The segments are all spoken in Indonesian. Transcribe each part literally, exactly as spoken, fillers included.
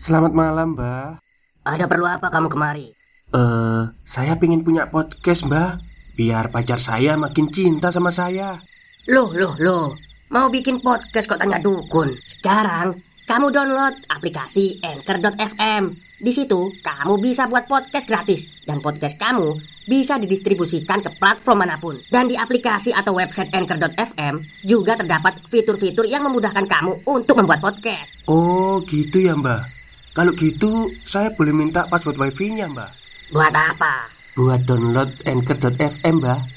Selamat malam, Mbak. Ada perlu apa kamu kemari? Eh, uh, saya pengen punya podcast, Mbak. Biar pacar saya makin cinta sama saya. Loh, loh, loh. Mau bikin podcast kok tanya dukun? Sekarang kamu download aplikasi Anchor dot f m. Di situ kamu bisa buat podcast gratis dan podcast kamu bisa didistribusikan ke platform manapun. Dan di aplikasi atau website Anchor dot f m juga terdapat fitur-fitur yang memudahkan kamu untuk membuat podcast. Oh, gitu ya, Mbak. Kalau gitu, saya boleh minta password wifi-nya, Mbak. Buat apa? Buat download Anchor dot f m, Mbak.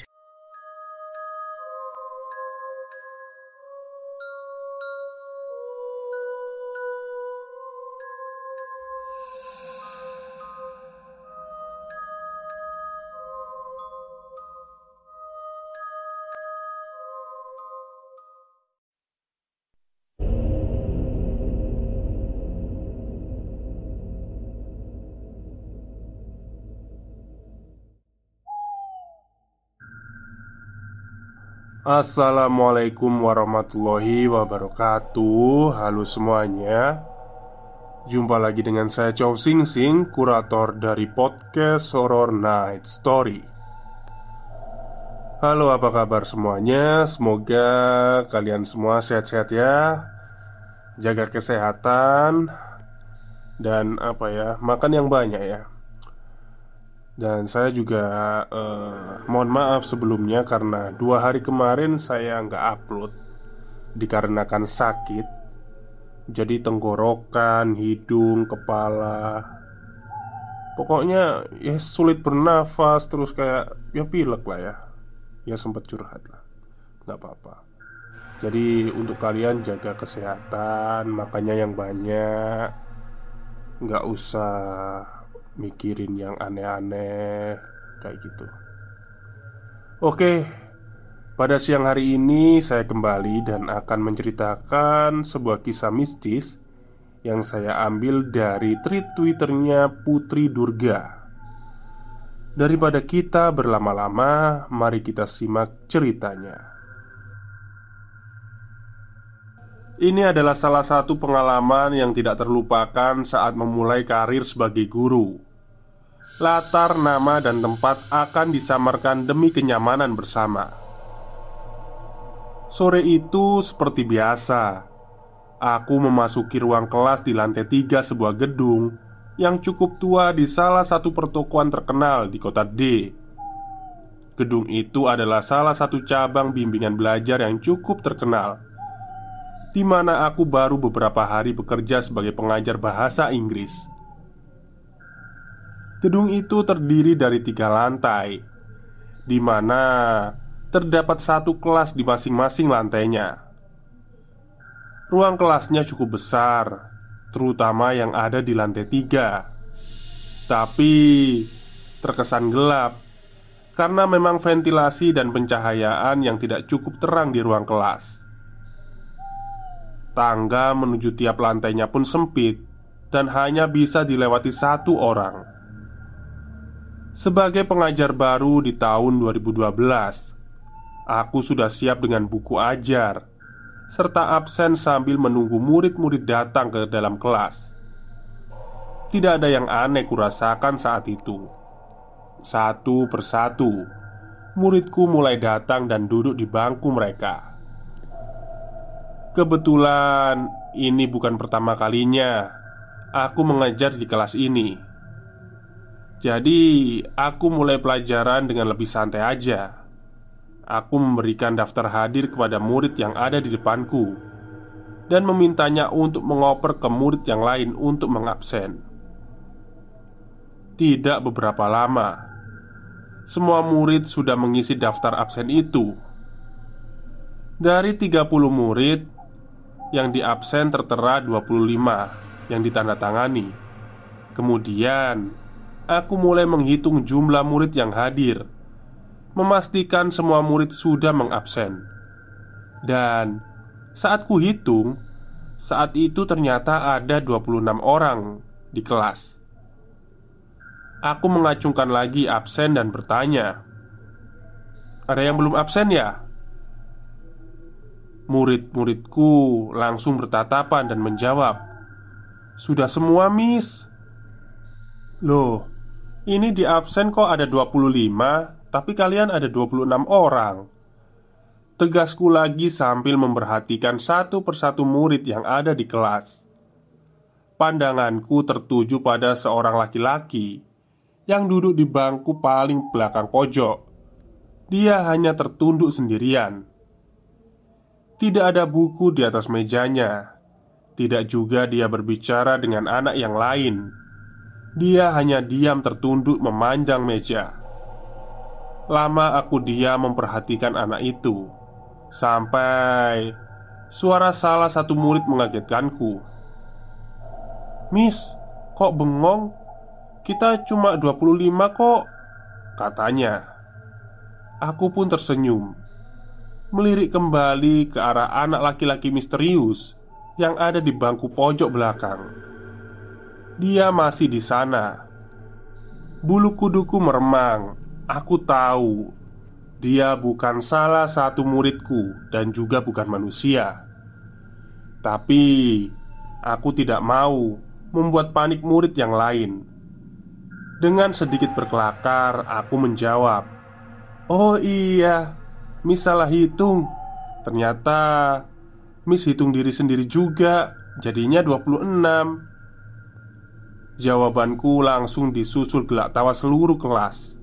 Assalamualaikum warahmatullahi wabarakatuh. Halo semuanya. Jumpa lagi dengan saya Chow Sing Sing, kurator dari podcast Horror Night Story. Halo, apa kabar semuanya? Semoga kalian semua sehat-sehat ya. Jaga kesehatan. Dan apa ya, makan yang banyak ya. Dan saya juga eh, mohon maaf sebelumnya karena dua hari kemarin saya nggak upload dikarenakan sakit. Jadi tenggorokan, hidung, kepala, pokoknya ya sulit bernafas, terus kayak ya pilek lah ya. Ya sempat curhat lah, nggak apa-apa. Jadi untuk kalian jaga kesehatan, makannya yang banyak, nggak usah mikirin yang aneh-aneh kayak gitu. Oke, pada siang hari ini saya kembali dan akan menceritakan sebuah kisah mistis yang saya ambil dari tweet Twitternya Putri Durga. Daripada kita berlama-lama, mari kita simak ceritanya. Ini adalah salah satu pengalaman yang tidak terlupakan saat memulai karir sebagai guru. Latar, nama, dan tempat akan disamarkan demi kenyamanan bersama. Sore itu seperti biasa, aku memasuki ruang kelas di lantai tiga sebuah gedung yang cukup tua di salah satu pertokoan terkenal di kota D. Gedung itu adalah salah satu cabang bimbingan belajar yang cukup terkenal, di mana aku baru beberapa hari bekerja sebagai pengajar bahasa Inggris. Gedung itu terdiri dari tiga lantai, di mana terdapat satu kelas di masing-masing lantainya. Ruang kelasnya cukup besar, terutama yang ada di lantai tiga. Tapi terkesan gelap, karena memang ventilasi dan pencahayaan yang tidak cukup terang di ruang kelas. Tangga menuju tiap lantainya pun sempit dan hanya bisa dilewati satu orang. Sebagai pengajar baru di tahun dua ribu dua belas, aku sudah siap dengan buku ajar serta absen sambil menunggu murid-murid datang ke dalam kelas. Tidak ada yang aneh kurasakan saat itu. Satu persatu, muridku mulai datang dan duduk di bangku mereka. Kebetulan ini bukan pertama kalinya aku mengajar di kelas ini. Jadi, aku mulai pelajaran dengan lebih santai aja. Aku memberikan daftar hadir kepada murid yang ada di depanku dan memintanya untuk mengoper ke murid yang lain untuk mengabsen. Tidak beberapa lama, semua murid sudah mengisi daftar absen itu. Dari tiga puluh murid, yang di absen tertera dua puluh lima yang ditandatangani. Kemudian aku mulai menghitung jumlah murid yang hadir, memastikan semua murid sudah mengabsen. Dan saat ku hitung, saat itu ternyata ada dua puluh enam orang di kelas. Aku mengacungkan lagi absen dan bertanya, "Ada yang belum absen ya?" Murid-muridku langsung bertatapan dan menjawab, "Sudah semua, Miss." "Loh, ini di absen kok ada dua puluh lima, tapi kalian ada dua puluh enam orang," tegasku lagi sambil memperhatikan satu persatu murid yang ada di kelas. Pandanganku tertuju pada seorang laki-laki yang duduk di bangku paling belakang pojok. Dia hanya tertunduk sendirian. Tidak ada buku di atas mejanya. Tidak juga dia berbicara dengan anak yang lain. Dia hanya diam tertunduk memandang meja. Lama aku diam memperhatikan anak itu, sampai suara salah satu murid mengagetkanku. "Miss, kok bengong? Kita cuma dua puluh lima kok," katanya. Aku pun tersenyum, melirik kembali ke arah anak laki-laki misterius yang ada di bangku pojok belakang. Dia masih di sana. Bulu kuduku meremang. Aku tahu dia bukan salah satu muridku dan juga bukan manusia. Tapi aku tidak mau membuat panik murid yang lain. Dengan sedikit berkelakar, aku menjawab, "Oh iya, Miss salah hitung. Ternyata Miss hitung diri sendiri juga, jadinya dua puluh enam." Jawabanku langsung disusul gelak tawa seluruh kelas.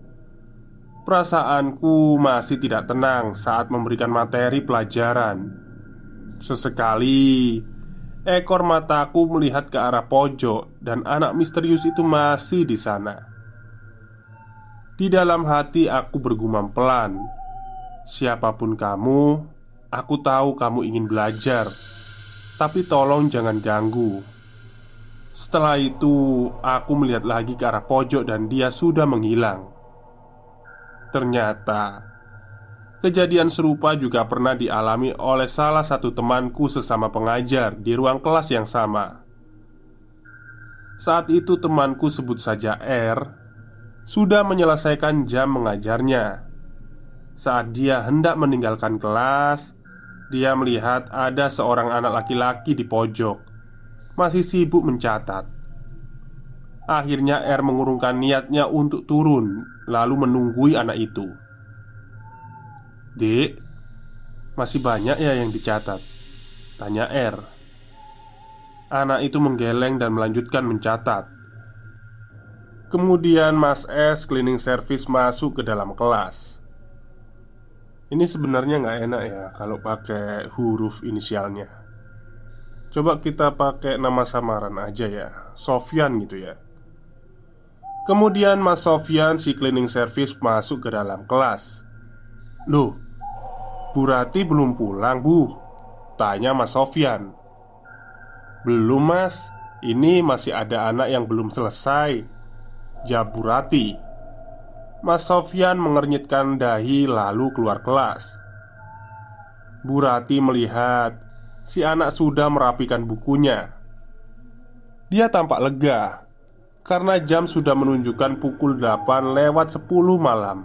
Perasaanku masih tidak tenang saat memberikan materi pelajaran. Sesekali ekor mataku melihat ke arah pojok dan anak misterius itu masih di sana. Di dalam hati aku bergumam pelan, "Siapapun kamu, aku tahu kamu ingin belajar, tapi tolong jangan ganggu." Setelah itu, aku melihat lagi ke arah pojok dan dia sudah menghilang. Ternyata kejadian serupa juga pernah dialami oleh salah satu temanku sesama pengajar di ruang kelas yang sama. Saat itu temanku, sebut saja R, sudah menyelesaikan jam mengajarnya. Saat dia hendak meninggalkan kelas, dia melihat ada seorang anak laki-laki di pojok, masih sibuk mencatat. Akhirnya R mengurungkan niatnya untuk turun, lalu menunggui anak itu. "Dek, masih banyak ya yang dicatat?" tanya R. Anak itu menggeleng dan melanjutkan mencatat. Kemudian Mas S cleaning service masuk ke dalam kelas. Ini sebenarnya nggak enak ya kalau pakai huruf inisialnya. Coba kita pakai nama samaran aja ya, Sofyan gitu ya. Kemudian Mas Sofyan si cleaning service masuk ke dalam kelas. "Loh, Bu Rati belum pulang, Bu?" tanya Mas Sofyan. "Belum, Mas. Ini masih ada anak yang belum selesai," jawab Bu Rati. Mas Sofyan mengernyitkan dahi lalu keluar kelas. Bu Rati melihat si anak sudah merapikan bukunya. Dia tampak lega karena jam sudah menunjukkan pukul delapan lewat sepuluh malam.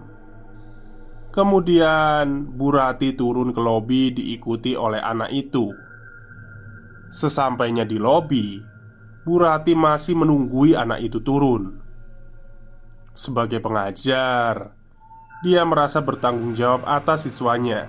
Kemudian Bu Rati turun ke lobi diikuti oleh anak itu. Sesampainya di lobi, Bu Rati masih menunggui anak itu turun. Sebagai pengajar, dia merasa bertanggung jawab atas siswanya.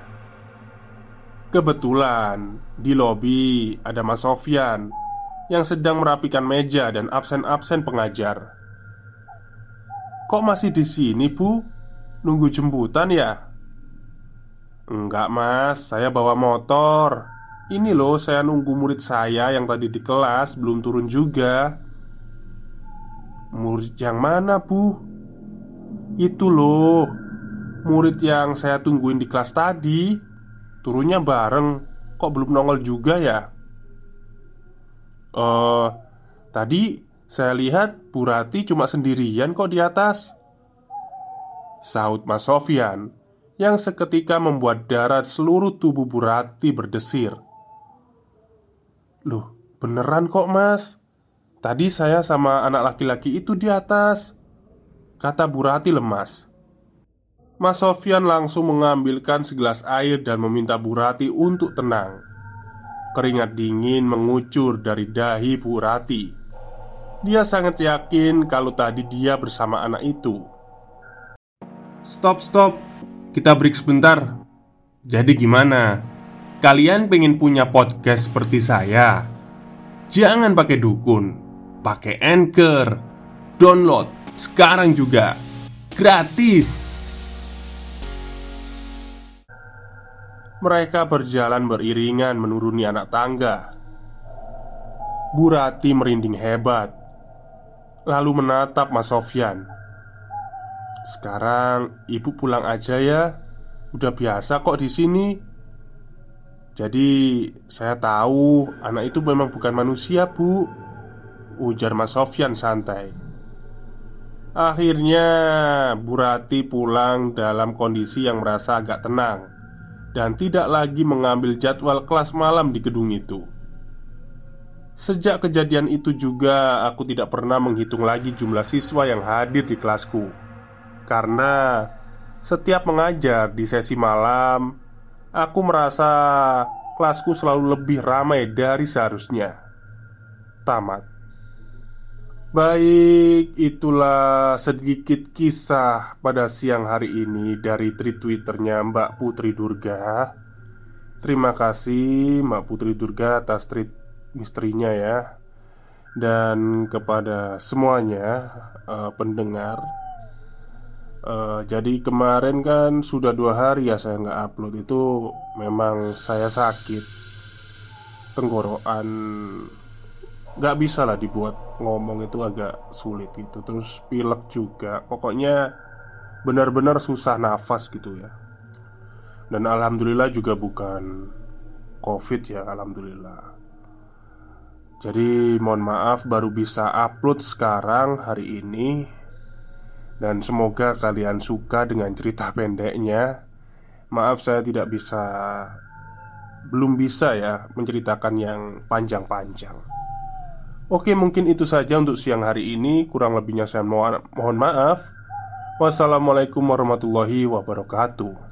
Kebetulan di lobi ada Mas Sofyan yang sedang merapikan meja dan absen-absen pengajar. "Kok masih di sini, Bu? Nunggu jemputan ya?" "Enggak, Mas, saya bawa motor. Ini loh, saya nunggu murid saya yang tadi di kelas belum turun juga." "Murid yang mana, Bu?" "Itu loh, murid yang saya tungguin di kelas tadi. Turunnya bareng, kok belum nongol juga ya?" Eh, tadi saya lihat Bu Rati cuma sendirian kok di atas," sahut Mas Sofyan yang seketika membuat darah seluruh tubuh Bu Rati berdesir. "Loh, beneran kok, Mas. Tadi saya sama anak laki-laki itu di atas," kata Bu Rati lemas. Mas Sofyan langsung mengambilkan segelas air dan meminta Bu Rati untuk tenang. Keringat dingin mengucur dari dahi Bu Rati. Dia sangat yakin kalau tadi dia bersama anak itu. Stop, stop. Kita break sebentar. Jadi gimana? Kalian pengen punya podcast seperti saya? Jangan pakai dukun, pakai Anchor. Download sekarang juga. Gratis. Mereka berjalan beriringan menuruni anak tangga. Bu Rati merinding hebat, lalu menatap Mas Sofyan. "Sekarang ibu pulang aja ya. Udah biasa kok di sini." "Jadi saya tahu anak itu memang bukan manusia, Bu," ujar Mas Sofyan santai. Akhirnya Bu Rati pulang dalam kondisi yang merasa agak tenang dan tidak lagi mengambil jadwal kelas malam di gedung itu. Sejak kejadian itu juga aku tidak pernah menghitung lagi jumlah siswa yang hadir di kelasku. Karena setiap mengajar di sesi malam, aku merasa kelasku selalu lebih ramai dari seharusnya. Tamat. Baik, itulah sedikit kisah pada siang hari ini dari tweet Twitternya Mbak Putri Durga. Terima kasih Mbak Putri Durga atas tweet misterinya ya. Dan kepada semuanya uh, pendengar, uh, jadi kemarin kan sudah dua hari ya saya nggak upload. Itu memang saya sakit tenggorokan, nggak bisa lah dibuat ngomong, itu agak sulit gitu. Terus pilek juga. Pokoknya benar-benar susah nafas gitu ya. Dan alhamdulillah juga bukan COVID ya, alhamdulillah. Jadi mohon maaf baru bisa upload sekarang hari ini. Dan semoga kalian suka dengan cerita pendeknya. Maaf saya tidak bisa, belum bisa ya menceritakan yang panjang-panjang. Oke, mungkin itu saja untuk siang hari ini. Kurang lebihnya saya mohon, mohon maaf. Wassalamualaikum warahmatullahi wabarakatuh.